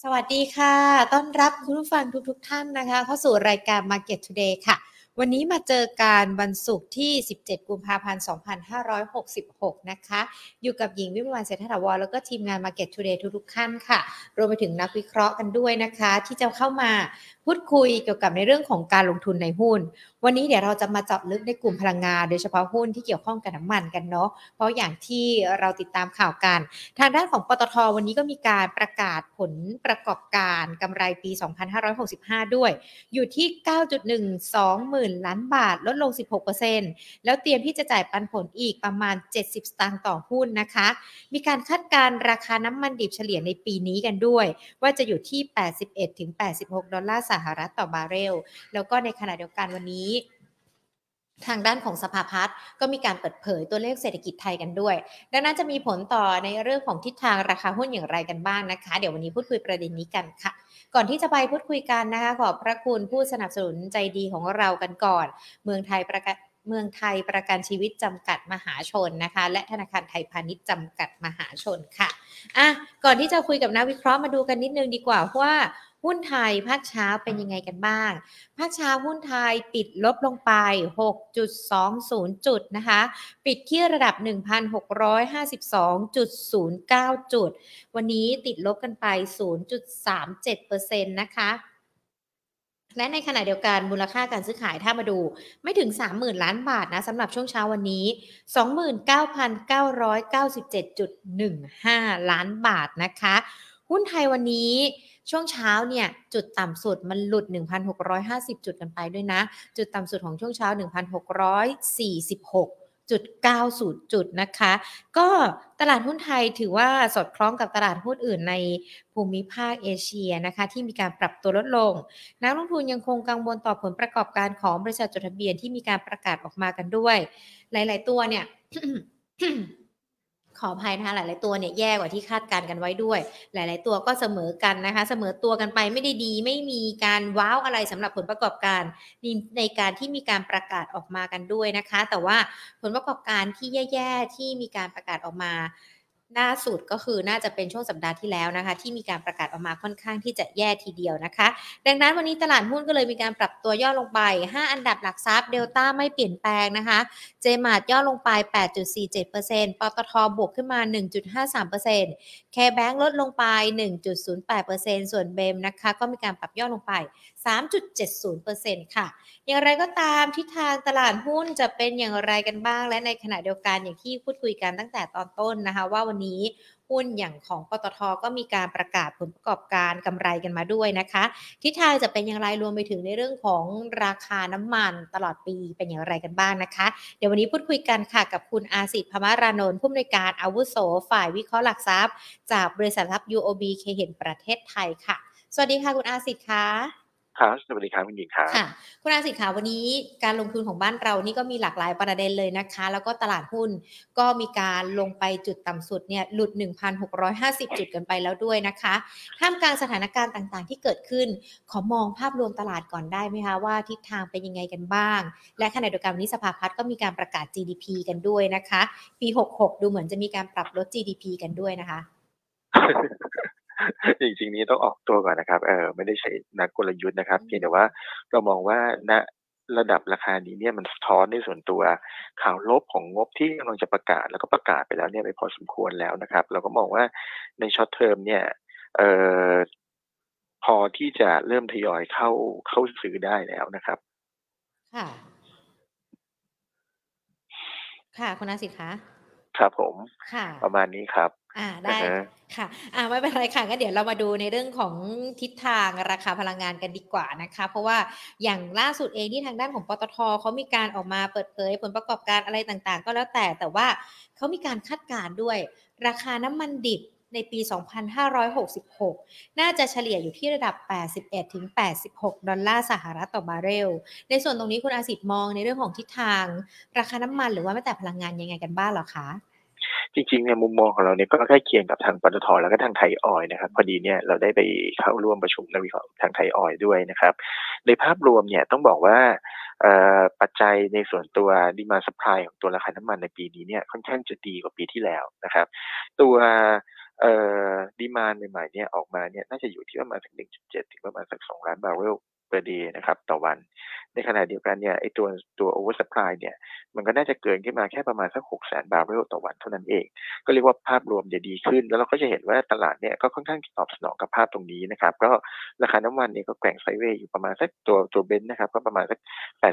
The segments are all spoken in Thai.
สวัสดีค่ะต้อนรับคุณผู้ฟังทุกท่านนะคะเข้าสู่รายการ Market Today ค่ะวันนี้มาเจอกันวันศุกร์ที่17กุมภาพันธ์2566นะคะอยู่กับหญิงวิมลวรรณเศรษฐถาวรแล้วก็ทีมงาน Market Today ทุกท่านค่ะรวมไปถึงนักวิเคราะห์กันด้วยนะคะที่จะเข้ามาพูดคุยเกี่ยวกับในเรื่องของการลงทุนในหุ้นวันนี้เดี๋ยวเราจะมาเจาะลึกในกลุ่มพลังงานโดยเฉพาะหุ้นที่เกี่ยวข้องกับน้ำมันกันเนาะเพราะอย่างที่เราติดตามข่าวกันทางด้านของปตท.วันนี้ก็มีการประกาศผลประกอบการกำไรปี2565ด้วยอยู่ที่ 9.12 หมื่นล้านบาทลดลง 16% แล้วเตรียมที่จะจ่ายปันผลอีกประมาณ70สตางค์ต่อหุ้นนะคะมีการคาดการณ์ราคาน้ำมันดิบเฉลี่ยในปีนี้กันด้วยว่าจะอยู่ที่ 81-86 ดอลลาร์สหรัฐต่อบาร์เรลแล้วก็ในขณะเดียวกันวันนี้ทางด้านของสภาพัฒน์ก็มีการเปิดเผยตัวเลขเศรษฐกิจไทยกันด้วยดังนั้นจะมีผลต่อในเรื่องของทิศทางราคาหุ้นอย่างไรกันบ้างนะคะเดี๋ยววันนี้พูดคุยประเด็นนี้กันค่ะก่อนที่จะไปพูดคุยกันนะคะขอบพระคุณผู้สนับสนุนใจดีของเรากันก่อนเมืองไทยประกันชีวิตจำกัดมหาชนนะคะและธนาคารไทยพาณิชย์จำกัดมหาชนค่ะก่อนที่จะคุยกับนักวิเคราะห์มาดูกันนิดนึงดีกว่าว่าหุ้นไทยภาคเช้าเป็นยังไงกันบ้างภาคเช้าหุ้นไทยปิดลบลงไป 6.20 จุดนะคะปิดที่ระดับ 1,652.09 จุดวันนี้ติดลบกันไป 0.37% นะคะและในขณะเดียวกันมูลค่าการซื้อขายถ้ามาดูไม่ถึง 30,000 ล้านบาทนะสำหรับช่วงเช้าวันนี้ 29,997.15 ล้านบาทนะคะหุ้นไทยวันนี้ช่วงเช้าเนี่ยจุดต่ำสุดมันหลุด 1,650 จุดกันไปด้วยนะจุดต่ำสุดของช่วงเช้า 1,646.90 จุดนะคะก็ตลาดหุ้นไทยถือว่าสอดคล้องกับตลาดหุ้นอื่นในภูมิภาคเอเชียนะคะที่มีการปรับตัวลดลงนักลงทุนยังคงกังวลต่อผลประกอบการของบริษัทจดทะเบียนที่มีการประกาศออกมากันด้วยหลายๆตัวเนี่ย ขออภัยนะคะหลายๆตัวเนี่ยแย่กว่าที่คาดการณ์กันไว้ด้วยหลายๆตัวก็เสมอกันนะคะเสมอตัวกันไปไม่ได้ดีไม่มีการว้าวอะไรสำหรับผลประกอบการในการที่มีการประกาศออกมากันด้วยนะคะแต่ว่าผลประกอบการที่แย่ๆที่มีการประกาศออกมาล่าสุดก็คือน่าจะเป็นช่วงสัปดาห์ที่แล้วนะคะที่มีการประกาศออกมาค่อนข้างที่จะแย่ทีเดียวนะคะดังนั้นวันนี้ตลาดหุ้นก็เลยมีการปรับตัวย่อลงไป5อันดับหลักทรัพย์เดลต้าไม่เปลี่ยนแปลงนะคะเจมาร์ทย่อลงไป 8.47% ปตทบวกขึ้นมา 1.53% KBank ลดลงไป 1.08% ส่วนเบมนะคะก็มีการปรับย่อลงไป 3.70% ค่ะอย่างไรก็ตามทิศทางตลาดหุ้นจะเป็นอย่างไรกันบ้างและในขณะเดียวกันอย่างที่พูดคุยกันตั้งแต่ตอนต้นนะคะว่าวันนี้หุ้นอย่างของปตทก็มีการประกาศผลประกอบการกำไรกันมาด้วยนะคะทิศทางจะเป็นอย่างไรรวมไปถึงในเรื่องของราคาน้ำมันตลอดปีเป็นอย่างไรกันบ้างนะคะเดี๋ยววันนี้พูดคุยกันค่ะกับคุณอาสิทธิ์พมารานนท์ผู้อำนวยการอาวุโสฝ่ายวิเคราะห์หลักทรัพย์จากบริษัททรัพย์ UOB เคเห็นประเทศไทยค่ะสวัสดีค่ะคุณอาสิทธิ์ค่ะครับสวัสดีครับคุณหญิงครับค่ะคุณอาสิทธิ์ค่ะวันนี้การลงทุนของบ้านเรานี่ก็มีหลากหลายประเด็นเลยนะคะแล้วก็ตลาดหุ้นก็มีการลงไปจุดต่ำสุดเนี่ยหลุด 1,650 จุดกันไปแล้วด้วยนะคะท่ามกลางสถานการณ์ต่างๆที่เกิดขึ้นขอมองภาพรวมตลาดก่อนได้ไหมคะว่าทิศทางเป็นยังไงกันบ้างและขณะเดียวกันวันนี้สภาพัฒน์ก็มีการประกาศ GDP กันด้วยนะคะปี66ดูเหมือนจะมีการปรับลด GDP กันด้วยนะคะจริงๆนี้ต้องออกตัวก่อนนะครับไม่ได้ใช้นักกลยุทธ์นะครับเพียงแต่ว่าเรามองว่าณระดับราคานี้เนี่ยมันสะท้อนในส่วนตัวข่าวลบของงบที่กำลังจะประกาศแล้วก็ประกาศไปแล้วเนี่ยไปพอสมควรแล้วนะครับเราก็มองว่าในช็อตเทอมเนี่ยเอ่อพอที่จะเริ่มทยอยเข้าซื้อได้แล้วนะครับค่ะค่ะคุณอาสิทธิ์คะครับผมค่ะประมาณนี้ครับได้ฮะค่ะไม่เป็นไรค่ะงั้นเดี๋ยวเรามาดูในเรื่องของทิศทางราคาพลังงานกันดีกว่านะคะเพราะว่าอย่างล่าสุดเองที่ทางด้านของปตทเขามีการออกมาเปิดเผยผลประกอบการอะไรต่างๆก็แล้วแต่ว่าเขามีการคาดการณ์ด้วยราคาน้ำมันดิบในปี2566น่าจะเฉลี่ยอยู่ที่ระดับ 81-86 ดอลลาร์สหรัฐต่อบาร์เรลในส่วนตรงนี้คุณอาสิทธิ์มองในเรื่องของทิศทางราคาน้ำมันหรือว่าแม้แต่พลังงานยังไงกันบ้างเหรอคะจริงๆเนี่ยมุมมองของเราเนี่ยก็ใกล้เคียงกับทางปตทแล้วก็ทางไทยออยล์นะครับพอดีเนี่ยเราได้ไปเข้าร่วมประชุมนักวิเคราะห์ทางไทยออยล์ด้วยนะครับในภาพรวมเนี่ยต้องบอกว่าปัจจัยในส่วนตัว Demand Supply ของตัวราคาน้ำมันในปีนี้เนี่ยค่อนข้างจะดีกว่าปีที่แล้วนะครับตัวเอ่ดีมานด์ใหม่ๆเนี่ยออกมาเนี่ยน่าจะอยู่ที่ประมาณสัก1.7ถึงประมาณสัก2ล้านบาร์เรล per day นะครับต่อวันในขณะเดียวกันเนี่ยไอ้ตัว oversupply เนี่ยมันก็น่าจะเกินขึ้นมาแค่ประมาณสัก600,000บาร์เรลต่อวันเท่านั้นเองก็เรียกว่าภาพรวมเนี่ยดีขึ้นแล้วเราก็จะเห็นว่าตลาดเนี่ยก็ค่อนข้างตอบสนองกับภาพตรงนี้นะครับก็ราคาน้ำมันเนี่ยก็แกว่งไซด์เวย์อยู่ประมาณสักตัวเบนซ์นะครับก็ประมาณสัก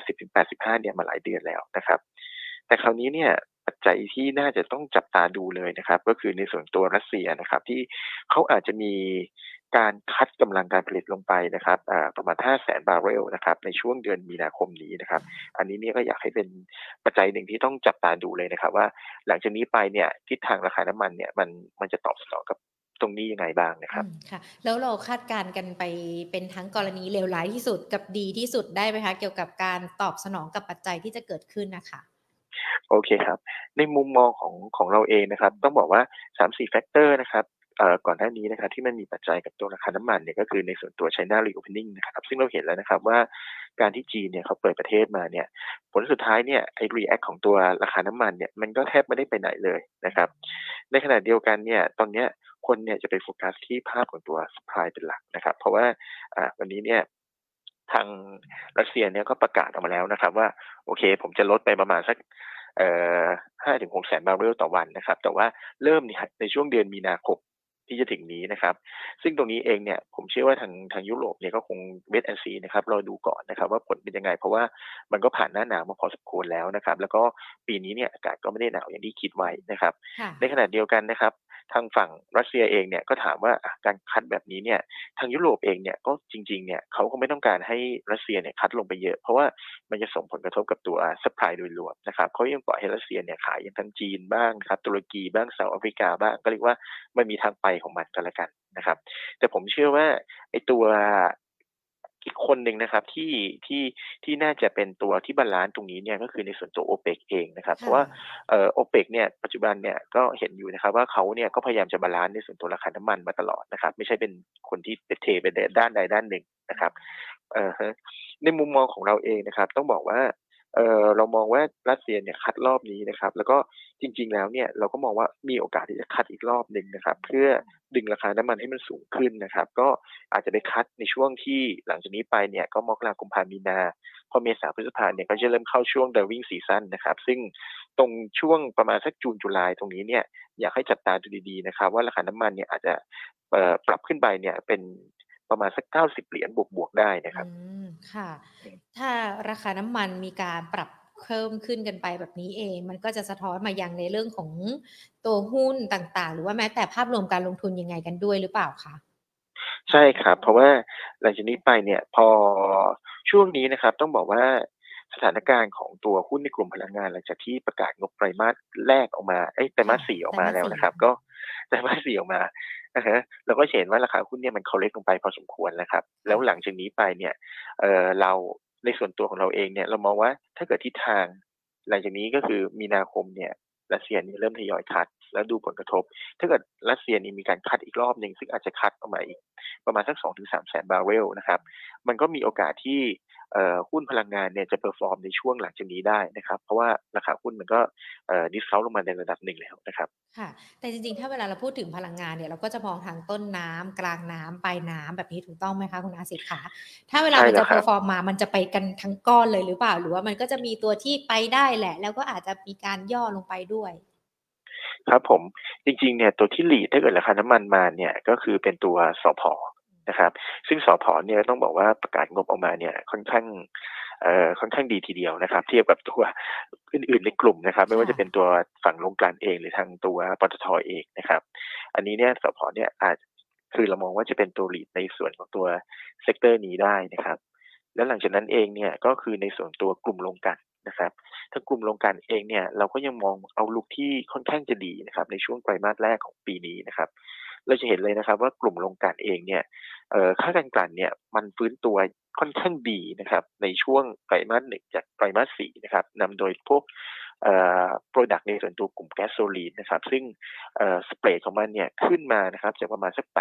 80-85เนี่ยมาหลายเดือนแล้วนะครับแต่คราวนี้เนี่ยปัจจัยที่น่าจะต้องจับตาดูเลยนะครับก็คือในส่วนตัวรัสเซียนะครับที่เขาอาจจะมีการคัดกำลังการผลิตลงไปนะครับประมาณ500,000บาร์เรลนะครับในช่วงเดือนมีนาคมนี้นะครับอันนี้เนี่ยก็อยากให้เป็นปัจจัยหนึ่งที่ต้องจับตาดูเลยนะครับว่าหลังจากนี้ไปเนี่ยทิศทางราคาน้ำมันเนี่ยมันจะตอบสนองกับตรงนี้ยังไงบ้างนะครับค่ะแล้วเราคาดการณ์กันไปเป็นทั้งกรณีเลวร้ายที่สุดกับดีที่สุดได้ไหมคะเกี่ยวกับการตอบสนองกับปัจจัยที่จะเกิดขึ้นน่ะค่ะโอเคครับในมุมมองของเราเองนะครับต้องบอกว่า3-4แฟกเตอร์นะครับก่อนหน้านี้นะครับที่มันมีปัจจัยกับตัวราคาน้ำมันเนี่ยก็คือในส่วนตัว China Reopening นะครับซึ่งเราเห็นแล้วนะครับว่าการที่จีนเนี่ยเขาเปิดประเทศมาเนี่ยผลสุดท้ายเนี่ยไอ้รีแอกต์ของตัวราคาน้ำมันเนี่ยมันก็แทบไม่ได้ไปไหนเลยนะครับในขณะเดียวกันเนี่ยตอนเนี้ยคนเนี่ยจะไปโฟกัสที่ภาพของตัว supply เป็นหลักนะครับเพราะว่าวันนี้เนี่ยทางรัสเซียเนี่ยก็ประกาศออกมาแล้วนะครับว่าโอเคผมจะลดไปประมาณสัก เอ่อ5-6แสนบาร์เรลต่อวันนะครับแต่ว่าเริ่มเนี่ยในช่วงเดือนมีนาคมที่จะถึงนี้นะครับซึ่งตรงนี้เองเนี่ยผมเชื่อว่าทางยุโรปเนี่ยก็คง wait and see นะครับรอดูก่อนนะครับว่าผลเป็นยังไงเพราะว่ามันก็ผ่านหน้าหนาวมาพอสมควรแล้วนะครับแล้วก็ปีนี้เนี่ยอากาศก็ไม่ได้หนาวอย่างที่คิดไว้นะครับค่ะในขณะเดียวกันนะครับทางฝั่งรัสเซียเองเนี่ยก็ถามว่าการคัดแบบนี้เนี่ยทางยุโรปเองเนี่ยก็จริงๆเนี่ยเขาก็ไม่ต้องการให้รัสเซียเนี่ยคัดลงไปเยอะเพราะว่ามันจะส่งผลกระทบกับตัวซัพพลายโดยรวมนะครับเขายังปล่อยให้รัสเซียเนี่ยขายอย่างทางจีนบ้างครับตุรกีบ้างเซาท์แอฟริกาบ้างก็เรียกว่ามันมีทางไปของมันก็แล้วกันนะครับแต่ผมเชื่อว่าไอ้ตัวอีกคนหนึ่งนะครับที่น่าจะเป็นตัวที่บาลันซ์ตรงนี้เนี่ยก็คือในส่วนตัว OPEC เองนะครับเพราะค่ะว่าOPEC เนี่ยปัจจุบันเนี่ยก็เห็นอยู่นะครับว่าเขาเนี่ยก็พยายามจะบาลันซ์ในส่วนตัวราคาน้ำมันมาตลอดนะครับไม่ใช่เป็นคนที่เทไปด้านใดด้านหนึ่งนะครับฮะในมุมมองของเราเองนะครับต้องบอกว่าเรามองว่ารัสเซียเนี่ยคัดรอบนี้นะครับแล้วก็จริงๆแล้วเนี่ยเราก็มองว่ามีโอกาสที่จะคัดอีกรอบหนึ่งนะครับเพื่อดึงราคาน้ำมันให้มันสูงขึ้นนะครับก็อาจจะไปคัดในช่วงที่หลังจากนี้ไปเนี่ยก็มกราคมกุมภามีนาพอเมษาพฤษภาเนี่ยก็จะเริ่มเข้าช่วง driving season นะครับซึ่งตรงช่วงประมาณสักจูนตุลาตรงนี้เนี่ยอยากให้จับตาดูดีๆนะครับว่าราคาน้ำมันเนี่ยอาจจะปรับขึ้นไปเนี่ยเป็นประมาณสัก$90บวกๆได้นะคอืรับมค่ะอืมถ้าราคาน้ำมันมีการปรับเพิ่มขึ้นกันไปแบบนี้เองมันก็จะสะท้อนมายังในเรื่องของตัวหุ้นต่างๆหรือว่าแม้แต่ภาพรวมการลงทุนยังไงกันด้วยหรือเปล่าคะใช่ครับเพราะว่าหลังจากนี้ไปเนี่ยพอช่วงนี้นะครับต้องบอกว่าสถานการณ์ของตัวหุ้นในกลุ่มพลังงานหลังจากที่ประกาศงบไตรมาสแรกออกมาไตรมาค่ะส4ออกไตรมาส4 มาแล้วนะครับก็ไตรมาส4ออกมาอะฮะเราก็จะเห็นว่าราคาหุ้นเนี่ยมัน correct ลงไปพอสมควรนะครับแล้วหลังค่ะจากนี้ไปเนี่ยเราในส่วนตัวของเราเองเนี่ยเรามองว่าถ้าเกิดทิศทางหลังจากนี้ก็คือมีนาคมเนี่ยรัสเซียเนี่ยเริ่มทยอยคัตแล้วดูผลกระทบถ้าเกิดรัสเซียนี่มีการคัตอีกรอบหนึ่งซึ่งอาจจะคัตออกมาอีก ประมาณสัก2-3แสนบาร์เรลนะครับมันก็มีโอกาสที่หุ้นพลังงานเนี่ยจะเพอร์ฟอร์มในช่วงหลังจากนี้ได้นะครับเพราะว่าราคาหุ้นมันก็ดิสเคานต์ลงมาในระดับหนึ่งแล้วนะครับค่ะแต่จริงๆถ้าเวลาเราพูดถึงพลังงานเนี่ยเราก็จะมองทางต้นน้ำกลางน้ำปลายน้ำแบบนี้ถูกต้องไหมคะคุณอาสิทธิ์คะถ้าเวลาใช่มันจะแล้วครับเพอร์ฟอร์มมามันจะไปกันทั้งก้อนเลยหรือเปล่าหรือว่ามันก็จะมีตัวที่ไปได้แหละแล้วก็อาจจะมีการย่อลงไปด้วยครับผมจริงๆเนี่ยตัวที่ lead ถ้าเกิดราคาน้ำมันมาเนี่ยก็คือเป็นตัวสผนะครับซึ่งสผเนี่ยต้องบอกว่าประกาศงบออกมาเนี่ยค่อนข้างดีทีเดียวนะครับเทียบกับตัวอื่นๆในกลุ่มนะครับไม่ว่าค่ะจะเป็นตัวฝั่งโรงกลั่นเองหรือทางตัวปตทเองนะครับอันนี้เนี่ยสผเนี่ยคือเรามองว่าจะเป็นตัว lead ในส่วนของตัวเซกเตอร์นี้ได้นะครับแล้วหลังจากนั้นเองเนี่ยก็คือในส่วนตัวกลุ่มโรงกลั่นนะครับถ้ากลุ่มโรงกลั่นเองเนี่ยเราก็ยังมองเอาลุกที่ค่อนข้างจะดีนะครับในช่วงไตรมาสแรกของปีนี้นะครับเราจะเห็นเลยนะครับว่ากลุ่มโรงกลั่นเองเนี่ยค่าการกลั่นเนี่ยมันฟื้นตัวค่อนข้างดีนะครับในช่วงไตรมาส1จากไตรมาส4นะครับนำโดยพวกพรอดักต์ในส่วนตัวกลุ่มแก๊สโซลีนนะครับซึ่งสเปรดของมันเนี่ยขึ้นมานะครับจากประมาณสัก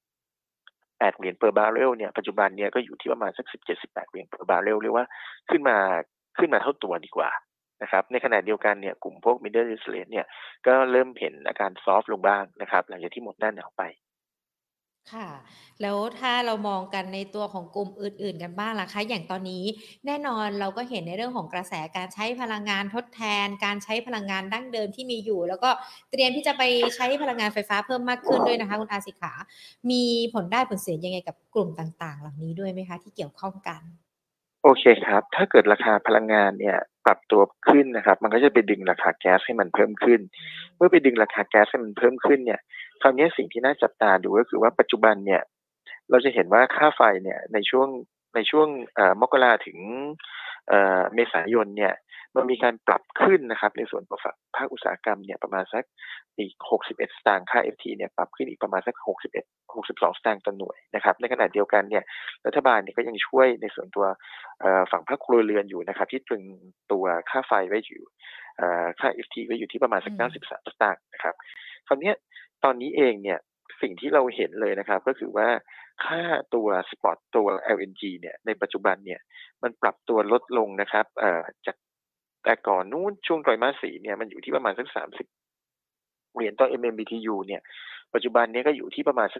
$8 per barrel เนี่ยปัจจุบันเนี่ยก็อยู่ที่ประมาณสัก17-18 เหรียญ per barrel เรียกว่าขึ้นมาขึ้นมาเท่าตัวดีกว่านะครับในขณะเดียวกันเนี่ยกลุ่มพวก Middle Distillate เนี่ยก็เริ่มเห็นอาการซอฟต์ลงบ้างนะครับหลังจากที่หมดหน้าหนาวไปค่ะแล้วถ้าเรามองกันในตัวของกลุ่มอื่นๆกันบ้างล่ะคะอย่างตอนนี้แน่นอนเราก็เห็นในเรื่องของกระแสการใช้พลังงานทดแทนการใช้พลังงานดั้งเดิมที่มีอยู่แล้วก็เตรียมที่จะไปใช้พลังงานไฟฟ้าเพิ่มมากขึ้นด้วยนะคะคุณอาสิขามีผลได้ผลเสียยังไงกับกลุ่มต่างๆเหล่านี้ด้วยไหมคะที่เกี่ยวข้องกันโอเคครับถ้าเกิดราคาพลังงานเนี่ยปรับตัวขึ้นนะครับมันก็จะไปดึงราคาแก๊สให้มันเพิ่มขึ้นเมื่อไปดึงราคาแก๊สให้มันเพิ่มขึ้นเนี่ยคราวนี้สิ่งที่น่าจับตาดูก็คือว่าปัจจุบันเนี่ยเราจะเห็นว่าค่าไฟเนี่ยในช่วงมกราถึงเมษายนเนี่ยมันมีการปรับขึ้นนะครับในส่วนของฝั่งภาคอุตสาหกรรมเนี่ยประมาณสักอีก61สตางค์ค่า FT เนี่ยปรับขึ้นอีกประมาณสัก62สตางค์ต่อหน่วยนะครับในขณะเดียวกันเนี่ยรัฐบาลเนี่ยก็ยังช่วยในส่วนตัวฝั่งภาคครัวเรือนอยู่นะครับที่ตรึงตัวค่าไฟไว้อยู่ค่า FT ไว้อยู่ที่ประมาณสัก93สตางค์นะครับคราวเนี้ยตอนนี้เองเนี่ยสิ่งที่เราเห็นเลยนะครับก็คือว่าค่าตัวสปอตตัว LNG เนี่ยในปัจจุบันเนี่ยมันปรับตัวลดลงนะครับจากแต่ก่อนนู้นช่วงไตรมาส4เนี่ยมันอยู่ที่ประมาณสัก30เหรียญต่อ MMBTU เนี่ยปัจจุบันนี้ก็อยู่ที่ประมาณสัก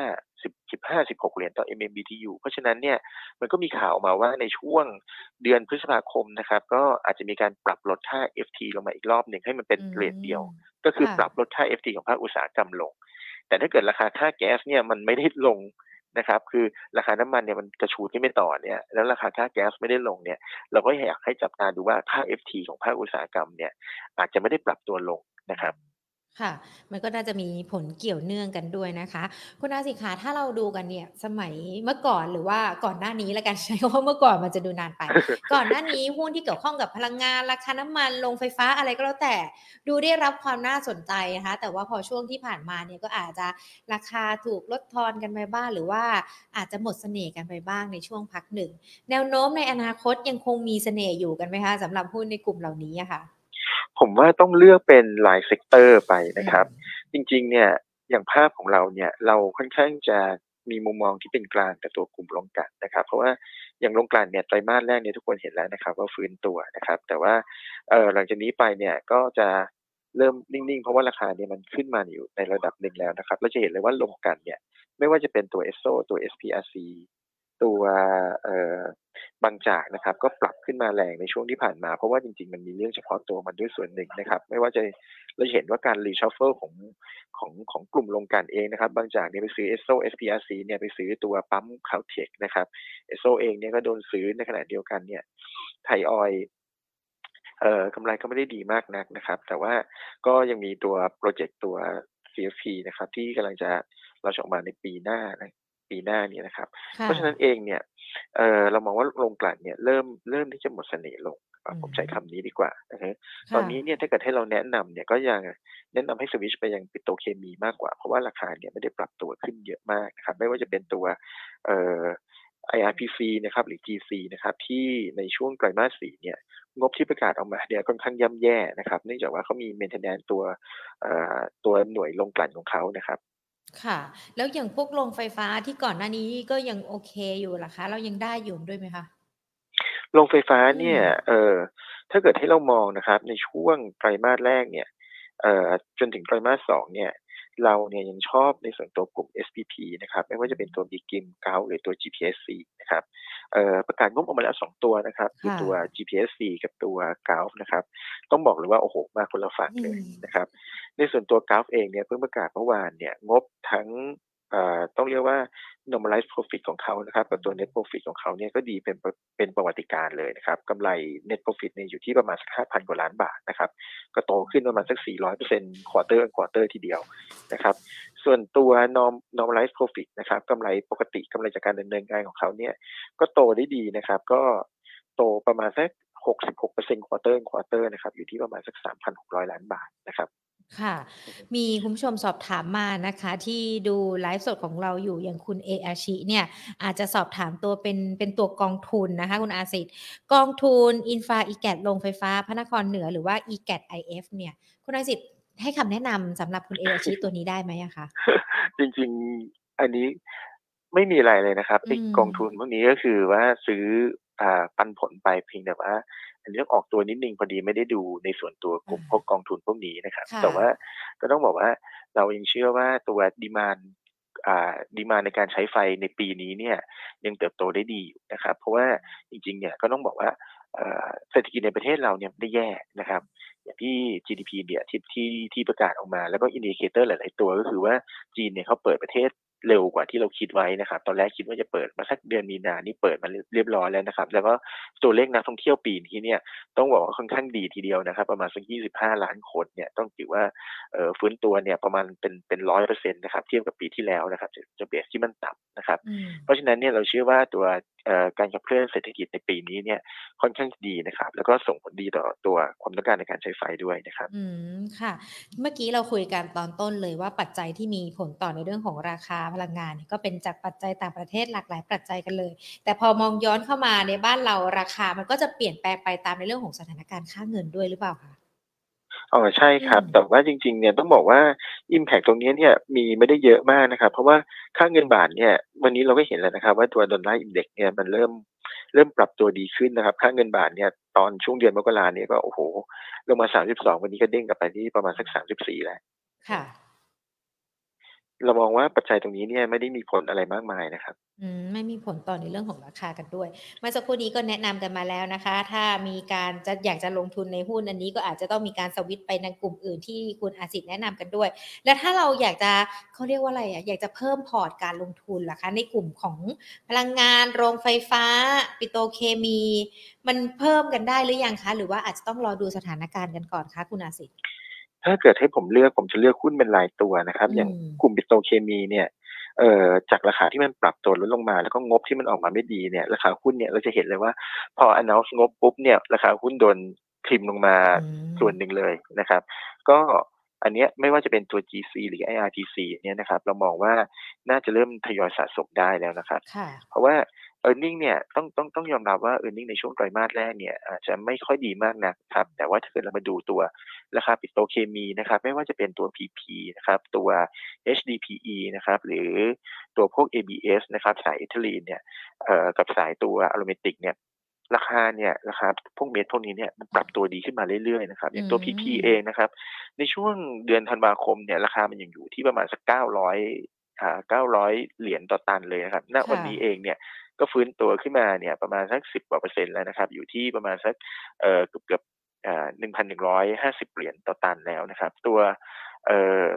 15-16เหรียญต่อ MMBTU เพราะฉะนั้นเนี่ยมันก็มีข่าวออกมาว่าในช่วงเดือนพฤษภาคมนะครับก็อาจจะมีการปรับลดค่า FT ลงมาอีกรอบหนึ่งให้มันเป็นอืเรตเดียวมก็คือค่ะปรับลดค่า FT ของภาคอุตสาหกรรมลงแต่ถ้าเกิดราคาค่าแก๊สเนี่ยมันไม่ได้ลงนะครับคือราคาน้ำมันเนี่ยมันกระชูดขึ้นไม่ต่อเนี่ยแล้วราคาค่าแก๊สไม่ได้ลงเนี่ยเราก็อยากให้จับตาดูว่าค่า FT ของภาคอุตสาหกรรมเนี่ยอาจจะไม่ได้ปรับตัวลงนะครับค่ะมันก็น่าจะมีผลเกี่ยวเนื่องกันด้วยนะคะคุณอาสิขาถ้าเราดูกันเนี่ยสมัยเมื่อก่อนหรือว่าก่อนหน้านี้แล้วกันใช้คำว่าเมื่อก่อนมันจะดูนานไปก่อนหน้านี้หุ้นที่เกี่ยวข้องกับพลังงานราคาน้ำมันโรงไฟฟ้าอะไรก็แล้วแต่ดูได้รับความน่าสนใจนะคะแต่ว่าพอช่วงที่ผ่านมาเนี่ยก็อาจจะราคาถูกลดทอนกันไปบ้างหรือว่าอาจจะหมดเสน่ห์กันไปบ้างในช่วงพักหนึ่งแนวโน้มในอนาคตยังคงมีเสน่ห์อยู่กันไหมคะสำหรับหุ้นในกลุ่มเหล่านี้อะค่ะผมว่าต้องเลือกเป็นรายเซกเตอร์ไปอืมนะครับจริงๆเนี่ยอย่างภาพของเราเนี่ยเราค่อนข้างจะมีมุมมองที่เป็นกลางกับตัวกลุ่มโรงกลั่นนะครับเพราะว่าอย่างโรงกลั่นเนี่ยไตรมาสแรกเนี่ยทุกคนเห็นแล้วนะครับว่าฟื้นตัวนะครับแต่ว่าหลังจากนี้ไปเนี่ยก็จะเริ่มนิ่งๆเพราะว่าราคาเนี่ยมันขึ้นมาอยู่ในระดับหนึ่งแล้วนะครับเราจะเห็นเลยว่าโรงกลั่นเนี่ยไม่ว่าจะเป็นตัว Esso ตัว SPRC ตัวเอ่อบางจากนะครับก็ปรับขึ้นมาแรงในช่วงที่ผ่านมาเพราะว่าจริงๆมันมีเรื่องเฉพาะตัวมันด้วยส่วนหนึ่งนะครับไม่ว่าจะเราจะเห็นว่าการ reshuffle ของกลุ่มโรงกลั่นเองนะครับบางจากเนี่ยไปซื้อ Esso SPRC เนี่ยไปซื้อตัวปั๊ม Caltex นะครับ Esso เองเนี่ยก็โดนซื้อในขณะเดียวกันเนี่ยไทยออยล์กำไรก็ไม่ได้ดีมากนักนะครับแต่ว่าก็ยังมีตัวพรอเจกต์ตัว CFP นะครับที่กำลังจะlaunchออกมาในปีหน้าเนี่ยนะครับเพค่ะราะฉะนั้นเองเนี่ยเรามองว่าโรงกลั่นเนี่ยเริ่มที่จะหมดเสน่ห์ลงอืผมใช้มคำนี้ดีกว่านะฮะตอนค่ะนี้เนี่ยถ้าเกิดให้เราแนะนำเนี่ยก็ยังแนะนำให้สวิตช์ไปยังปิโตรเคมีมากกว่าเพราะว่าราคาเนี่ยไม่ได้ปรับตัวขึ้นเยอะมากนะครับไม่ว่าจะเป็นตัวเอ่อ IRPC นะครับหรือ GC นะครับที่ในช่วงไตรมาส4เนี่ยงบที่ประกาศออกมาเนี่ยค่อนข้างย่ำแย่นะครับเนื่องจากว่าเขามี maintenance ตัวหน่วยโรงกลั่นของเขานะครับค่ะแล้วอย่างพวกโรงไฟฟ้าที่ก่อนหน้านี้ก็ยังโอเคอยู่เหรอคะเรายังได้อยู่ด้วยไหมคะโรงไฟฟ้าอืมเนี่ยถ้าเกิดให้เรามองนะครับในช่วงไตรมาสแรกเนี่ยจนถึงไตรมาส2เนี่ยเราเนี่ยยังชอบในส่วนตัวกลุ่ม SPP นะครับไม่ว่าจะเป็นตัว Begin Gulf หรือตัว GPSC นะครับประกาศงบออกมาแล้ว2ตัวนะครับคือค่ะตัว GPSC กับตัว Gulf นะครับต้องบอกเลยว่าโอ้โฮมาคนละฝั่งอืเลยมนะครับในส่วนตัว Gulf เองเนี่ยเพิ่งประกาศเมื่อวานเนี่ยงบทั้งต้องเรียกว่า normalized profit ของเขานะครับกับตัว net profit ของเขาเนี่ยก็ดีเป็นประวัติการณ์เลยนะครับกำไร net profit เนี่ยอยู่ที่ประมาณสัก 5,000 กว่าล้านบาทนะครับก็โตขึ้นประมาณสัก 400% quarter on quarter ทีเดียวนะครับส่วนตัว normalized profit นะครับกำไรปกติกำไรจากการดำเนินงานของเขาเนี่ยก็โตได้ดีนะครับก็โตประมาณสัก66% quarter on quarter นะครับอยู่ที่ประมาณสัก 3,600 ล้านบาทนะครับค่ะมีคุณผู้ชมสอบถามมานะคะที่ดูไลฟ์สดของเราอยู่อย่างคุณเออาชิเนี่ยอาจจะสอบถามตัวเป็นตัวกองทุนนะคะคุณอาสิทธิ์กองทุน Infra EGAT โรงไฟฟ้าพระนครเหนือหรือว่า EGAT IF เนี่ยคุณอาสิทธิ์ให้คำแนะนำสำหรับคุณเออาชิตัวนี้ได้ไหมอะคะจริงๆอันนี้ไม่มีอะไรเลยนะครับอืไอ้กองทุนพวกมนี้ก็คือว่าซื้อปันผลไปเพียงแต่ว่าอันนี้ต้องออกตัวนิดนึงพอดีไม่ได้ดูในส่วนตัวกลุ่มพวกกองทุนพวกนี้นะครับค่ะแต่ว่าก็ต้องบอกว่าเรายังเชื่อว่าตัวดีมานในการใช้ไฟในปีนี้เนี่ยยังเติบโตได้ดีอยู่นะครับเพราะว่าจริงๆเนี่ยก็ต้องบอกว่าเศรษฐกิจในประเทศเราเนี่ยไม่ได้แย่นะครับอย่างที่ GDP เนี่ยที่ประกาศออกมาแล้วก็ indicator หลายๆตัวก็คือว่าจีนเนี่ยเขาเปิดประเทศเร็วกว่าที่เราคิดไว้นะครับตอนแรกคิดว่าจะเปิดมาสักเดือนมีนานี่เปิดมาเรียบร้อยแล้วนะครับแล้วก็ตัวเลขนักท่องเที่ยวปีนี้เนี่ยต้องบอกว่าค่อนข้างดีทีเดียวนะครับประมาณสัก25ล้านคนเนี่ยต้องถือว่าฟื้นตัวเนี่ยประมาณเป็น100%นะครับเทียบกับปีที่แล้วนะครับจะเบสที่มันต่ำนะครับอืมเพราะฉะนั้นเนี่ยเราเชื่อว่าตัวการขับเคลื่อนเศรษฐกิจในปีนี้เนี่ยค่อนข้างดีนะครับแล้วก็ส่งผลดีต่อตัวความต้องการในการใช้ไฟด้วยนะครับอืมค่ะเมื่อกี้เราคุยกันตอนต้นเลยว่าปัจจัยที่มีผลต่อในเรื่องของราคาพลังงานเนี่ยก็เป็นจากปัจจัยต่างประเทศหลากหลายปัจจัยกันเลยแต่พอมองย้อนเข้ามาในบ้านเราราคามันก็จะเปลี่ยนแปลงไปตามในเรื่องของสถานการณ์ค่าเงินด้วยหรือเปล่าคะใช่ครับอืมแต่ว่าจริงๆเนี่ยต้องบอกว่าอิมแพกตรงนี้เนี่ยมีไม่ได้เยอะมากนะครับเพราะว่าค่าเงินบาทเนี่ยวันนี้เราก็เห็นแล้วนะครับว่าตัว Dollar Index เนี่ยมันเริ่มปรับตัวดีขึ้นนะครับค่าเงินบาทเนี่ยตอนช่วงเดือนมกราเนี่ยก็โอ้โฮลงมา32วันนี้ก็เด้งกลับไปที่ประมาณสัก34แล้วอืค่ะมเรามองว่าปัจจัยตรงนี้เนี่ยไม่ได้มีผลอะไรมากมายนะครับไม่มีผลต่อในเรื่องของราคากันด้วยเมื่อสักครู่นี้ก็แนะนำกันมาแล้วนะคะถ้ามีการอยากจะลงทุนในหุ้นอันนี้ก็อาจจะต้องมีการสวิตช์ไปในกลุ่มอื่นที่คุณอาสิทธิ์แนะนำกันด้วยแล้วถ้าเราอยากจะเขาเรียกว่าอะไรอะอยากจะเพิ่มพอร์ตการลงทุนล่ะคะในกลุ่มของพลังงานโรงไฟฟ้าปิโตรเคมีมันเพิ่มกันได้หรือยังคะหรือว่าอาจจะต้องรอดูสถานการณ์กันก่อนคะคุณอาสิทธิ์ถ้าเกิดให้ผมเลือกผมจะเลือกหุ้นเป็นรายตัวนะครับอือย่างมกลุ่มปิโตรเคมีเนี่ยจากราคาที่มันปรับตัวลดลงมาแล้วก็งบที่มันออกมาไม่ดีเนี่ยราคาหุ้นเนี่ยเราจะเห็นเลยว่าพอ announce งบปุ๊บเนี่ยราคาหุ้นโดนพิมพ์ลงมาอืมส่วนหนึ่งเลยนะครับก็อันเนี้ยไม่ว่าจะเป็นตัว GC หรือ IRPC เนี่ยนะครับเรามองว่าน่าจะเริ่มทยอยสะสมได้แล้วนะครับค่ะเพราะว่า earning เนี่ยต้องยอมรับว่า earning ในช่วงไตรมาสแรกเนี่ยอาจจะไม่ค่อยดีมากนักครับแต่ว่าถ้าเกิดเรามาดูตัว ราคาปิโตรเคมีนะครับไม่ว่าจะเป็นตัว PP นะครับตัว HDPE นะครับหรือตัวพวก ABS นะครับสายเอทิลีนเนี่ยกับสายตัวอะโรเมติกเนี่ยราคาพวกเม็ดพวกนี้เนี่ยมันปรับตัวดีขึ้นมาเรื่อยๆนะครับออืย่างตัว PP มเองนะครับในช่วงเดือนธันวาคมเนี่ยราคามันยังอยู่ที่ประมาณสัก900900เหรียญต่อตันเลยนะครับณวันค่ะนี้เองเนี่ยก็ฟื้นตัวขึ้นมาเนี่ยประมาณสัก10กว่าเปอร์เซ็นต์แล้วนะครับอยู่ที่ประมาณสักเกือบ 1,150เหรียญต่อตันแล้วนะครับตัวเอ่อ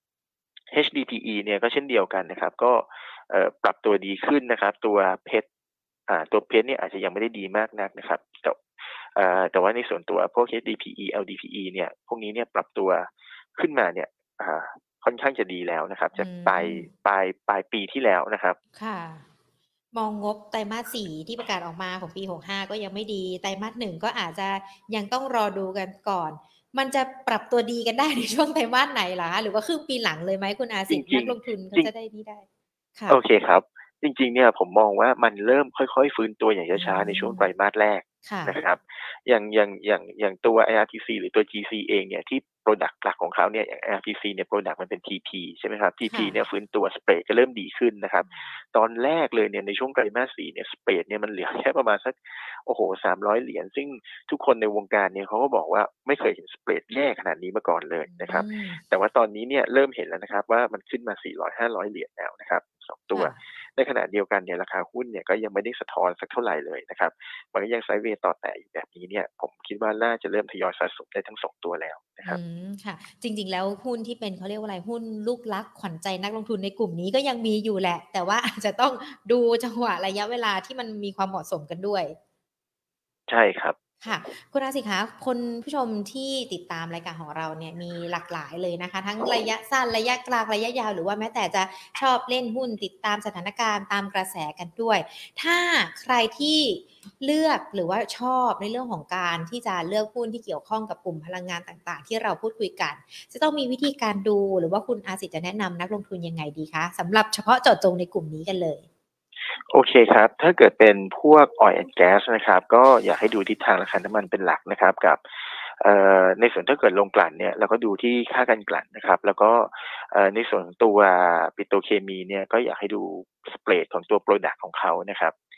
HDPE เนี่ยก็เช่นเดียวกันนะครับก็ปรับตัวดีขึ้นนะครับตัวเพชรเนี่ยอาจจะยังไม่ได้ดีมากนักนะครับแต่ว่าในส่วนตัวพวก HDPE LDPE เนี่ยพวกนี้เนี่ยปรับตัวขึ้นมาเนี่ยอ่าค่อนข้างจะดีแล้วนะครับอืจากมปลายปีที่แล้วนะครับค่ะมองงบไตรมาส4ที่ประกาศออกมาของปี65ก็ยังไม่ดีไตรมาส1ก็อาจจะยังต้องรอดูกันก่อนมันจะปรับตัวดีกันได้ในช่วงไตรมาสไหนเหรอคะหรือว่าครึ่งปีหลังเลยไหมคุณอาสิทธิ์จริงนักลงทุนๆจริงเขาจะได้นี่ได้โอเคค่ะครับจริงๆเนี่ยผมมองว่ามันเริ่มค่อยๆฟื้นตัวอย่างอืช้าๆในช่วงมไตรมาสแรกค่ะนะครับอย่างตัว IRPC หรือตัว GC เองเนี่ยที่พรอดักต์หลักของเขาเนี่ยอย่าง IRPC เนี่ยพรอดักต์มันเป็น TP ใช่ไหมครับ TP ค่ะเนี่ยฟื้นตัวสเปรดก็เริ่มดีขึ้นนะครับตอนแรกเลยเนี่ยในช่วงไตรมาส4เนี่ยสเปรดเนี่ยมันเหลือแค่ประมาณสักโอ้โฮ300เหรียญซึ่งทุกคนในวงการเนี่ยเขาก็บอกว่าไม่เคยเห็นสเปรดแย่ขนาดนี้มาก่อนเลยอืนะครับมแต่ว่าตอนนี้เนี่ยเริ่มเห็นแล้วนะครับว่ามันขึ้นมา400-500เหรียญแล้วนะครับ2ตัวค่ะในขณะเดียวกันเนี่ยราคาหุ้นเนี่ยก็ยังไม่ได้สะท้อนสักเท่าไรเลยนะครับมันก็ยังไซด์เวย์ต่อแตะอยู่แบบนี้เนี่ยผมคิดว่าน่าจะเริ่มทยอยสะสมได้ทั้ง2ตัวแล้วนะคอืรับค่ะจริงๆแล้วหุ้นที่เป็นเขาเรียกว่าอะไรหุ้นลูกรักขวัญใจนักลงทุนในกลุ่มนี้ก็ยังมีอยู่แหละแต่ว่าอาจจะต้องดูจังหวะระยะเวลาที่มันมีความเหมาะสมกันด้วยใช่ครับค่ะคุณอาสิคะคนผู้ชมที่ติดตามรายการของเราเนี่ยมีหลากหลายเลยนะคะทั้งระยะสั้นระยะกลางระยะยาวหรือว่าแม้แต่จะชอบเล่นหุ้นติดตามสถานการณ์ตามกระแสกันด้วยถ้าใครที่เลือกหรือว่าชอบในเรื่องของการที่จะเลือกหุ้นที่เกี่ยวข้องกับกลุ่มพลังงานต่างๆที่เราพูดคุยกันจะต้องมีวิธีการดูหรือว่าคุณอาสิจะแนะนำนักลงทุนยังไงดีคะสำหรับเฉพาะเจาะจงในกลุ่มนี้กันเลยโอเคครับถ้าเกิดเป็นพวก Oil and Gas นะครับก็อยากให้ดูทิศทางราคาน้ำมันเป็นหลักนะครับกับในส่วนถ้าเกิดโรงกลั่นเนี่ยเราก็ดูที่ค่าการกลั่นนะครับแล้วก็ในส่วนของตัวปิโตรเคมีเนี่ยก็อยากให้ดูสเปรดของตัวพรอดักต์ของเขานะครับ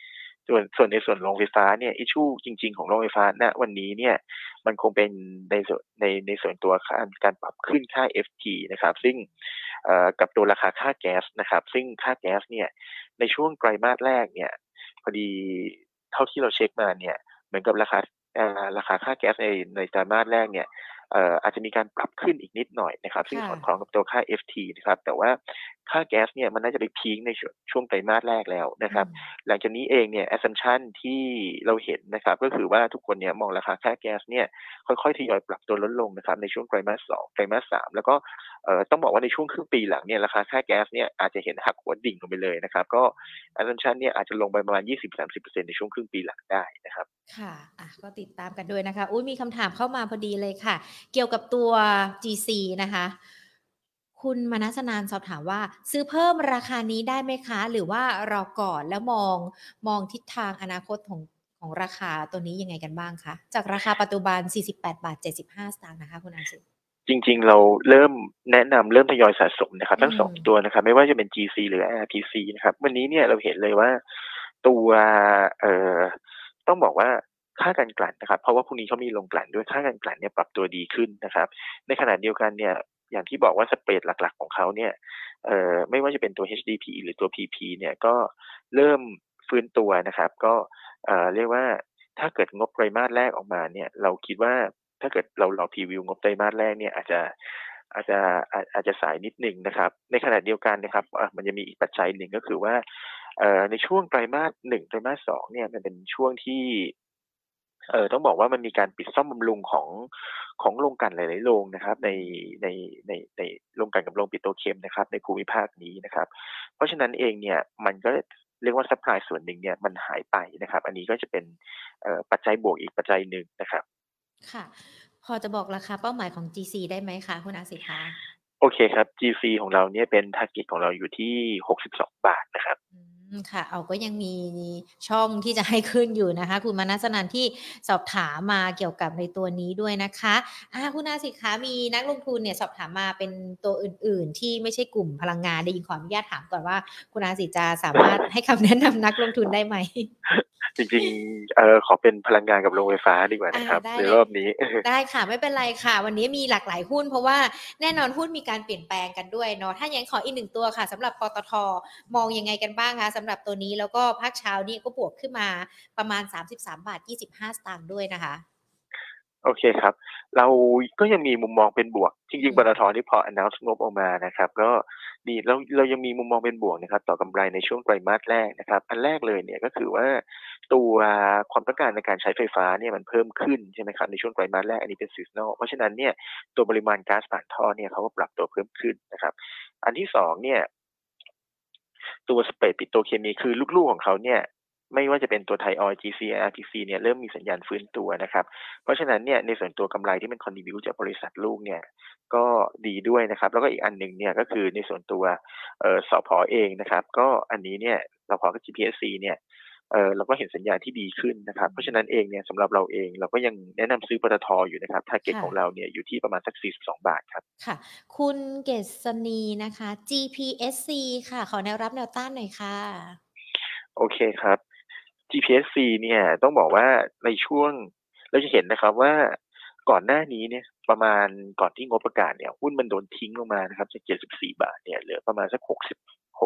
ส่วนในส่วนโรงไฟฟ้าเนี่ย issue จริงๆของโรงไฟฟ้าณวันนี้เนี่ยมันคงเป็นในส่วนตัวการปรับขึ้นค่า FT นะครับซึ่งกับตัวราคาค่าแก๊สนะครับซึ่งค่าแก๊สเนี่ยในช่วงไตรมาสแรกเนี่ยพอดีเท่าที่เราเช็คมาเนี่ยเหมือนกับราคาค่าแก๊สในไตรมาสแรกเนี่ยอาจจะมีการปรับขึ้นอีกนิดหน่อยนะครับซึ่งค่ะสอดคล้องกับตัวค่า FT นะครับแต่ว่าค่าแก๊สเนี่ยมันน่าจะไปพีกในช่วงไตรมาสแรกแล้วนะครับหลังจากนี้เองเนี่ย assumption ที่เราเห็นนะครับก็คือว่าทุกคนเนี่ยมองราคาค่าแก๊สเนี่ยค่อยๆทยอยปรับตัวลดลงนะครับในช่วงไตรมาส2ไตรมาส3แล้วก็ต้องบอกว่าในช่วงครึ่งปีหลังเนี่ยราคาค่าแก๊สเนี่ยอาจจะเห็นหักหัวดิ่งลงไปเลยนะครับก็ assumption เนี่ยอาจจะลงไปประมาณ 20-30% ในช่วงครึ่งปีหลังได้นะครับค่ะก็ติดตามกันด้วยนะคะอุ๊ยมีคำถามเข้ามาพอดีเลยค่ะ เกี่ยวกับตัว GC นะคะ คุณมนัสนานสอบถามว่าซื้อเพิ่มราคานี้ได้ไหมคะ หรือว่ารอก่อนแล้วมองทิศทางอนาคตของราคาตัวนี้ยังไงกันบ้างคะ จากราคาปัจจุบัน 48.75 สตางค์นะคะคุณอาสิจริงๆเราเริ่มทยอยสะสมนะครับทั้ง2ตัวนะครับไม่ว่าจะเป็น GC หรือ RPC นะครับวันนี้เนี่ยเราเห็นเลยว่าตัวเอ่อต้องบอกว่าค่าการกลั่นนะครับเพราะว่าพรุ่งนี้เขามีโรงกลั่นด้วยค่าการกลั่นเนี่ยปรับตัวดีขึ้นนะครับในขณะเดียวกันเนี่ยอย่างที่บอกว่าสเปรดหลักๆของเขาเนี่ยไม่ว่าจะเป็นตัว HDPE หรือตัว PP เนี่ยก็เริ่มฟื้นตัวนะครับก็เรียกว่าถ้าเกิดงบไตรมาสแรกออกมาเนี่ยเราคิดว่าถ้าเกิดเราพรีวิวงบไตรมาสแรกเนี่ยอาจจะสายนิดหนึ่งนะครับในขณะเดียวกันนะครับมันจะมีอีกปัจจัยหนึ่งก็คือว่าในช่วงไตรมาส1ไตรมาส2เนี่ยมันเป็นช่วงที่ต้องบอกว่ามันมีการปิดซ่อมบำรุงของโรงกลั่นหลายๆโรงนะครับในโรงกลั่นกับโรงปิโตรเคมนะครับในภูมิภาคนี้นะครับเพราะฉะนั้นเองเนี่ยมันก็เรียกว่าซัปพลายส่วนหนึ่งเนี่ยมันหายไปนะครับอันนี้ก็จะเป็นปัจจัยบวกอีกปัจจัยหนึ่งนะครับค่ะพอจะบอกราคาเป้าหมายของ GC ได้ไหมคะคุณอาสิคะโอเคครับ GC ของเราเนี่ยเป็น target ของเราอยู่ที่62 บาทนะครับค่ะก็ยังมีช่องที่จะให้ขึ้นอยู่นะคะคุณมนัสนันที่สอบถามมาเกี่ยวกับในตัวนี้ด้วยนะคะคุณอาสิคะมีนักลงทุนเนี่ยสอบถามมาเป็นตัวอื่นๆที่ไม่ใช่กลุ่มพลังงานเดี๋ยวหญิงขออนุญาตถามก่อนว่าคุณอาสิจะสามารถให้คำแนะนำนักลงทุนได้ไหมจริงๆขอเป็นพลังงานกับโรงไฟฟ้าดีกว่านะครับได้เลยในรอบนี้ได้ค่ะไม่เป็นไรค่ะวันนี้มีหลากหลายหุ้นเพราะว่าแน่นอนหุ้นมีการเปลี่ยนแปลงกันด้วยเนาะถ้าอย่างนั้นขออีก1ตัวค่ะสำหรับปตทมองยังไงกันบ้างคะสำหรับตัวนี้แล้วก็ภาคเช้านี่ก็บวกขึ้นมาประมาณ 33.25 สตางค์ด้วยนะคะโอเคครับเราก็ยังมีมุมมองเป็นบวกจริงๆปตทนี่พอ announce งบออกมานะครับก็ดีเรายังมีมุมมองเป็นบวกนะครับต่อกำไรในช่วงไตรมาสแรกนะครับอันแรกเลยเนี่ยก็คือว่าตัวความต้องการในการใช้ไฟฟ้าเนี่ยมันเพิ่มขึ้นใช่ไหมครับในช่วงไตรมาสแรกอันนี้เป็น seasonal เพราะฉะนั้นเนี่ยตัวปริมาณก๊าซผ่านท่อเนี่ยเขาก็ปรับตัวเพิ่มขึ้นนะครับอันที่2เนี่ยตัวสเปรดปิโตรเคมีคือลูกๆของเขาเนี่ยไม่ว่าจะเป็นตัวไทยออยล์ GC RTC เนี่ยเริ่มมีสัญญาณฟื้นตัวนะครับเพราะฉะนั้นเนี่ยในส่วนตัวกำไรที่มัน contribute จากบริษัทลูกเนี่ยก็ดีด้วยนะครับแล้วก็อีกอันหนึ่งเนี่ยก็คือในส่วนตัวสผเองนะครับก็อันนี้เนี่ยสผกับ GPSC เนี่ยเราก็เห็นสัญญาณที่ดีขึ้นนะครับเพราะฉะนั้นเองเนี่ยสำหรับเราเองเราก็ยังแนะนำซื้อปตทอยู่นะครับ target ของเราค่ะเนี่ยอยู่ที่ประมาณสัก42 บาทครับค่ะคุณเกษณีนะคะ GPSC ค่ะขอแนวรับแนวต้านหน่อยค่ะโอเคครับ GPSC เนี่ยต้องบอกว่าในช่วงเราจะเห็นนะครับว่าก่อนหน้านี้เนี่ยประมาณก่อนที่งบประกาศเนี่ยหุ้นมันโดนทิ้งลงมานะครับจาก74บาทเนี่ยเหลือประมาณสัก60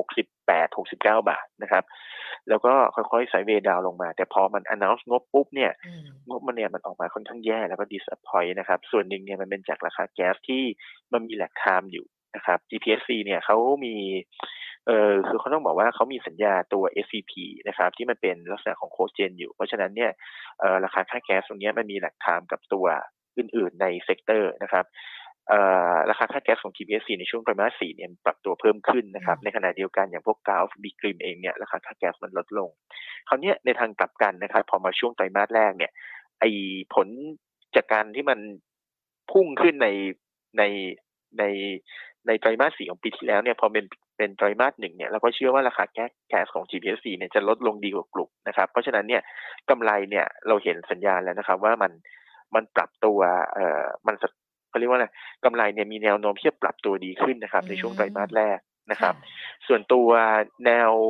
68 69บาทนะครับแล้วก็ค่อยๆไซด์เวย์ดาวน์ลงมาแต่พอมัน announce งบปุ๊บเนี่ยงบมันเนี่ยมันออกมาค่อนข้างแย่แล้วก็ disappoint นะครับส่วนหนึ่งเนี่ยมันเป็นจากราคาแก๊สที่มันมี lag time อยู่นะครับ GPSC เนี่ยเขามีคือเขาต้องบอกว่าเขามีสัญญาตัว SCP นะครับที่มันเป็นลักษณะของ Cogen อยู่เพราะฉะนั้นเนี่ยราคาค่าแก๊สตรงเนี้ยมันมี lag time กับตัวอื่นๆในเซกเตอร์นะครับราคาค่าแก๊สของ GPSC ในช่วงไตรมาส4เนี่ยปรับตัวเพิ่มขึ้นนะครับในขณะเดียวกันอย่างพวก Gulf Beam เองเนี่ยราคาค่าแก๊สมันลดลงคราวเนี้ยในทางกลับกันนะครับพอมาช่วงไตรมาสแรกเนี่ยไอ้ผลจากการที่มันพุ่งขึ้นในในในไตรมาส4ของปีที่แล้วเนี่ยพอเป็นไตรมาส1เนี่ยเราก็เชื่อว่าราคาแก๊สของ GPSC เนี่ยจะลดลงดีกว่ากลุ่มนะครับเพราะฉะนั้นเนี่ยกำไรเนี่ยเราเห็นสัญญาณแล้วนะครับว่ามันปรับตัวมันเขาเรียกว่าอะไรกำไรเนี่ยมีแนวโน้มที่จะปรับตัวดีขึ้นนะครับในช่วงไตรมาสแรกนะคค่ะรับส่วนตัวแนว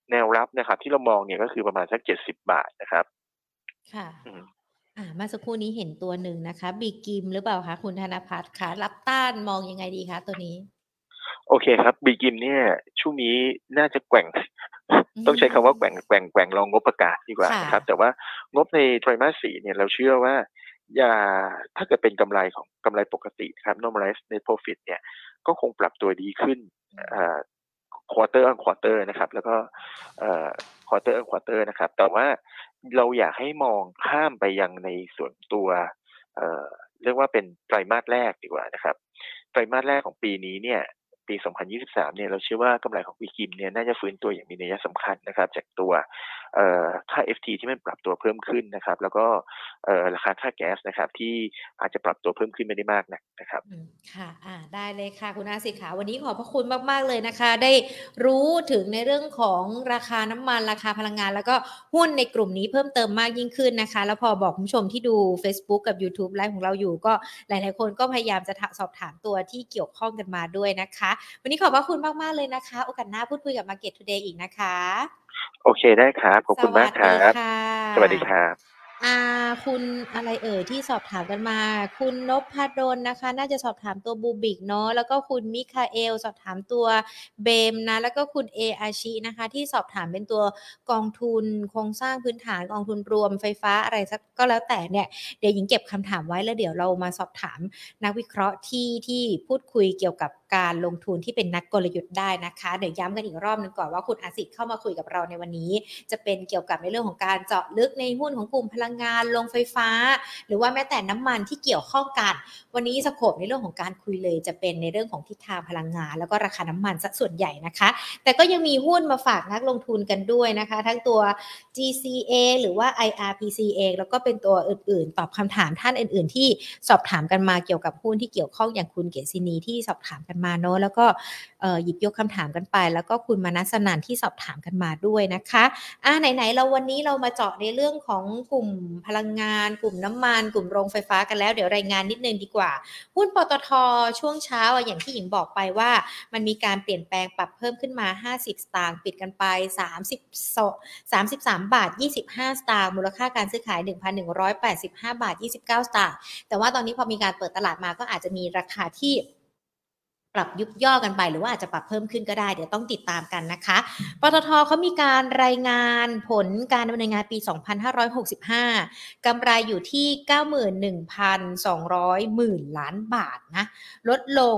แนวรับนะครับที่เรามองเนี่ยก็คือประมาณสัก70 บาทนะครับค่ะอืมเมื่อสักครู่นี้เห็นตัวหนึ่งนะคะบีกิมหรือเปล่าคะคุณธนพัฒน์คะรับต้านมองยังไงดีคะตัวนี้โอเคครับ Begin เนี่ยช่วงนี้น่าจะแกว่งอืต้องใช้คำว่าแกว่งมแกว่งรองงบประกาศดีกว่าค่ะนะครับแต่ว่างบในไตรมาส4เนี่ยเราเชื่อว่าอย่าถ้าเกิดเป็นกำไรปกติครับ normalized net profit เนี่ยก็คงปรับตัวดีขึ้นอืมอ่า quarter on quarter นะครับแล้วก็เอ่อ quarter on quarter นะครับแต่ว่าเราอยากให้มองข้ามไปยังในส่วนตัวเอ่อเรียกว่าเป็นไตรมาสแรกดีกว่านะครับไตรมาสแรกของปีนี้เนี่ยปี2023เนี่ยเราเชื่อว่ากำไรของ Begin เนี่ยน่าจะฟื้นตัวอย่างมีนัยสำคัญนะครับจากตัวค่า FT ที่มันปรับตัวเพิ่มขึ้นนะครับแล้วก็ราคาค่าแก๊สนะครับที่อาจจะปรับตัวเพิ่มขึ้นไม่ได้มากนักนะครับค่ะได้เลยค่ะคุณอาสิทธิ์ค่ะวันนี้ขอบพระคุณมากๆเลยนะคะได้รู้ถึงในเรื่องของราคาน้ำมันราคาพลังงานแล้วก็หุ้นในกลุ่มนี้เพิ่มเติมมากยิ่งขึ้นนะคะแล้วพอบอกคุณผู้ชมที่ดูเฟซบุ๊กกับยูทูบไลฟ์ของเราอยู่ก็หลายๆคนก็พยายามจะสอบถามตัวที่เกี่ยวข้องกันมาด้วยนะคะวันนี้ขอบพระคุณมากๆเลยนะคะโอกาสหน้าพูดคุยกับ Market Today อีกนะคะโอเคได้ครับขอบสคุณวัสดีมากครับค่สวัสดีะครับคุณอะไรเอ่ยที่สอบถามกันมาคุณนพดลนะคะน่าจะสอบถามตัวบูบิกเนาะแล้วก็คุณมิคาเอลสอบถามตัวเบมนะแล้วก็คุณเออาชินะคะที่สอบถามเป็นตัวกองทุนโครงสร้างพื้นฐานกองทุนรวมไฟฟ้าอะไรสักก็แล้วแต่เนี่ยเดี๋ยวหญิงเก็บคำถามไว้แล้วเดี๋ยวเรามาสอบถามนักวิเคราะห์ที่พูดคุยเกี่ยวกับการลงทุนที่เป็นนักกลยุทธ์ได้นะคะเดี๋ยวย้ำกันอีกรอบนึงก่อนว่าคุณอาสิทธิ์เข้ามาคุยกับเราในวันนี้จะเป็นเกี่ยวกับในเรื่องของการเจาะลึกในหุ้นของกลุ่มพลังงานโรงไฟฟ้าหรือว่าแม้แต่น้ำมันที่เกี่ยวข้องกันวันนี้สโคปในเรื่องของการคุยเลยจะเป็นในเรื่องของทิศทางพลังงานแล้วก็ราคาน้ำมันซะส่วนใหญ่นะคะแต่ก็ยังมีหุ้นมาฝากนักลงทุนกันด้วยนะคะทั้งตัว GCA หรือว่า IRPCA แล้วก็เป็นตัวอื่นๆตอบคำถามท่านอื่นๆที่สอบถามกันมาเกี่ยวกับหุ้นที่เกี่ยวข้องอย่างคุณเกษินีที่สอบถามกันมาเนาะแล้วก็หยิบยกคำถามกันไปแล้วก็คุณมนัสนันที่สอบถามกันมาด้วยนะคะไหนๆเราวันนี้เรามาเจาะในเรื่องของกลุ่มพลังงานกลุ่มน้ำมันกลุ่มโรงไฟฟ้ากันแล้วเดี๋ยวรายงานนิดนึงดีกว่าหุ้นปตทช่วงเช้าอย่างที่หญิงบอกไปว่ามันมีการเปลี่ยนแปลงปรับเพิ่มขึ้นมา50สตางค์ปิดกันไป33บาท25สตางค์มูลค่าการซื้อขาย 1,185บาท29สตางค์แต่ว่าตอนนี้พอมีการเปิดตลาดมาก็อาจจะมีราคาที่ปรับยุบย่อกันไปหรือว่าอาจจะปรับเพิ่มขึ้นก็ได้เดี๋ยวต้องติดตามกันนะคะปตทเขามีการรายงานผลการดำเนินงานปี2565กำไรอยู่ที่ 91,200 หมื่นล้านบาทนะลดลง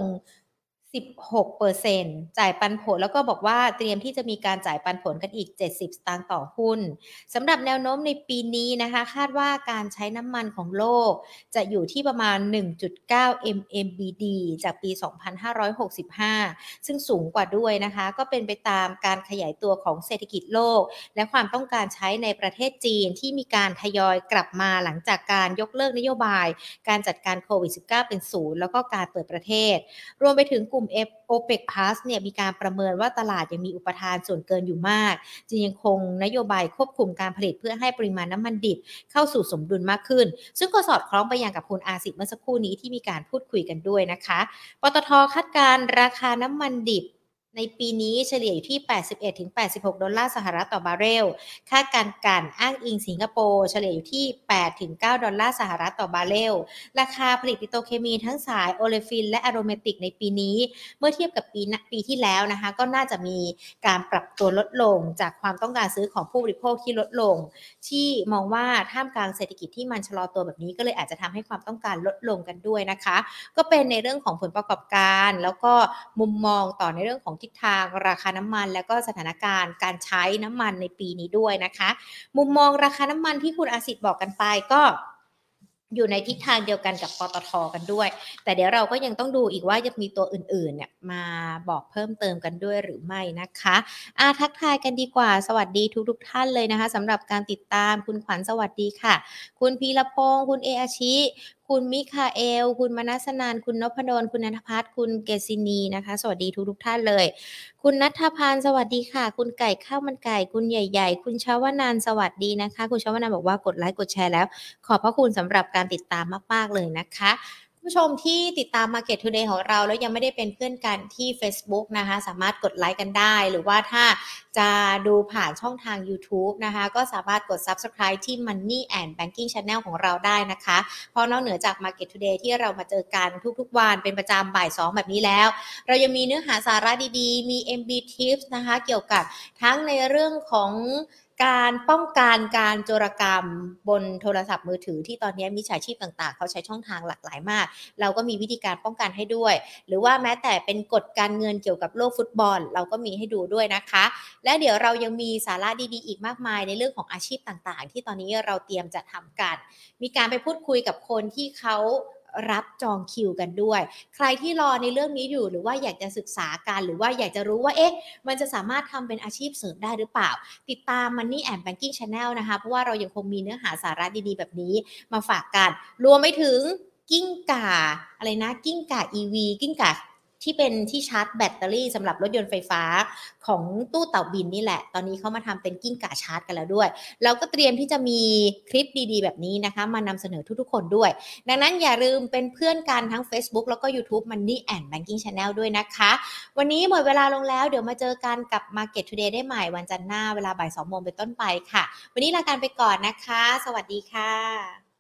16%จ่ายปันผลแล้วก็บอกว่าเตรียมที่จะมีการจ่ายปันผลกันอีก70สตางค์ต่อหุ้นสำหรับแนวโน้มในปีนี้นะคะคาดว่าการใช้น้ำมันของโลกจะอยู่ที่ประมาณ 1.9 MMBD จากปี2565ซึ่งสูงกว่าด้วยนะคะก็เป็นไปตามการขยายตัวของเศรษฐกิจโลกและความต้องการใช้ในประเทศจีนที่มีการทยอยกลับมาหลังจากการยกเลิกนโยบายการจัดการโควิด -19 เป็นศูนย์แล้วก็การเปิดประเทศรวมไปถึงกลุ่ม OPEC Plus เนี่ยมีการประเมินว่าตลาดยังมีอุปทานส่วนเกินอยู่มากจึงยังคงนโยบายควบคุมการผลิตเพื่อให้ปริมาณน้ำมันดิบเข้าสู่สมดุลมากขึ้นซึ่งก็สอดคล้องไปยังกับคุณอาสิทธิ์เมื่อสักครู่นี้ที่มีการพูดคุยกันด้วยนะคะปตทคาดการณ์ราคาน้ำมันดิบในปีนี้เฉลี่ยอยู่ที่ 81-86 ดอลลาร์สหรัฐต่อบาร์เรลคาดการณ์กันอ้างอิงสิงคโปร์เฉลี่ยอยู่ที่ 8-9 ดอลลาร์สหรัฐต่อบาร์เรลราคาผลิตปิโตรเคมีทั้งสายโอเลฟินและอะโรเมติกในปีนี้เมื่อเทียบกับปีที่แล้วนะคะก็น่าจะมีการปรับตัวลดลงจากความต้องการซื้อของผู้บริโภคที่ลดลงที่มองว่าท่ามกลางเศรษฐกิจที่มันชะลอตัวแบบนี้ก็เลยอาจจะทำให้ความต้องการลดลงกันด้วยนะคะก็เป็นในเรื่องของผลประกอบการแล้วก็มุมมองต่อในเรื่องของทิศทางราคาน้ำมันแล้วก็สถานการณ์การใช้น้ำมันในปีนี้ด้วยนะคะมุมมองราคาน้ำมันที่คุณอาสิทธิ์บอกกันไปก็อยู่ในทิศทางเดียวกันกับปตทกันด้วยแต่เดี๋ยวเราก็ยังต้องดูอีกว่าจะมีตัวอื่นๆเนี่ยมาบอกเพิ่มเติมกันด้วยหรือไม่นะคะทักทายกันดีกว่าสวัสดีทุกท่านเลยนะคะสำหรับการติดตามคุณขวัญสวัสดีค่ะคุณพีรพงศ์คุณเออาชิคุณมิคาเอลคุณมนัสนันคุณนพดลคุณณัฐพัฒน์คุณเกษินีนะคะสวัสดีทุกท่านเลยคุณณัฐพันธ์สวัสดีค่ะคุณไก่ข้าวมันไก่คุณใหญ่ๆคุณชวนันท์สวัสดีนะคะคุณชวนันท์บอกว่ากดไลค์กดแชร์แล้วขอบพระคุณสำหรับการติดตามมากๆเลยนะคะผู้ชมที่ติดตาม Market Today ของเราแล้วยังไม่ได้เป็นเพื่อนกันที่ Facebook นะคะสามารถกดไลค์กันได้หรือว่าถ้าจะดูผ่านช่องทาง YouTube นะคะก็สามารถกด Subscribe ที่ Money and Banking Channel ของเราได้นะคะเพราะนอกเหนือจาก Market Today ที่เรามาเจอกันทุกๆวันเป็นประจำบ่าย 2 แบบนี้แล้วเรายังมีเนื้อหาสาระดีๆมี MB Tips นะคะเกี่ยวกับทั้งในเรื่องของการป้องกันการโจรกรรมบนโทรศัพท์มือถือที่ตอนนี้มิจฉาชีพต่างๆเขาใช้ช่องทางหลากหลายมากเราก็มีวิธีการป้องกันให้ด้วยหรือว่าแม้แต่เป็นกฎการเงินเกี่ยวกับโลกฟุตบอลเราก็มีให้ดูด้วยนะคะและเดี๋ยวเรายังมีสาระดีๆอีกมากมายในเรื่องของอาชีพต่างๆที่ตอนนี้เราเตรียมจะทำกันมีการไปพูดคุยกับคนที่เขารับจองคิวกันด้วยใครที่รอในเรื่องนี้อยู่หรือว่าอยากจะศึกษากันหรือว่าอยากจะรู้ว่ามันจะสามารถทำเป็นอาชีพเสริมได้หรือเปล่าติดตาม Money and Banking Channel นะคะเพราะว่าเรายังคงมีเนื้อหาสาระดีๆแบบนี้มาฝากกันรวมไปถึงกิ้งก่าอะไรนะกิ้งก่า EV กิ้งก่าที่เป็นที่ชาร์จแบตเตอรี่สำหรับรถยนต์ไฟฟ้าของตู้เต่าบินนี่แหละตอนนี้เขามาทำเป็นกิ้งก่าชาร์จกันแล้วด้วยเราก็เตรียมที่จะมีคลิปดีๆแบบนี้นะคะมานำเสนอทุกๆคนด้วยดังนั้นอย่าลืมเป็นเพื่อนกันทั้ง Facebook แล้วก็ YouTube Money and Banking Channel ด้วยนะคะวันนี้หมดเวลาลงแล้วเดี๋ยวมาเจอกันกับ Market Today ได้ใหม่วันจันทร์หน้าเวลาบ่าย 2 โมงเป็นต้นไปค่ะวันนี้ลากันไปก่อนนะคะสวัสดีค่ะ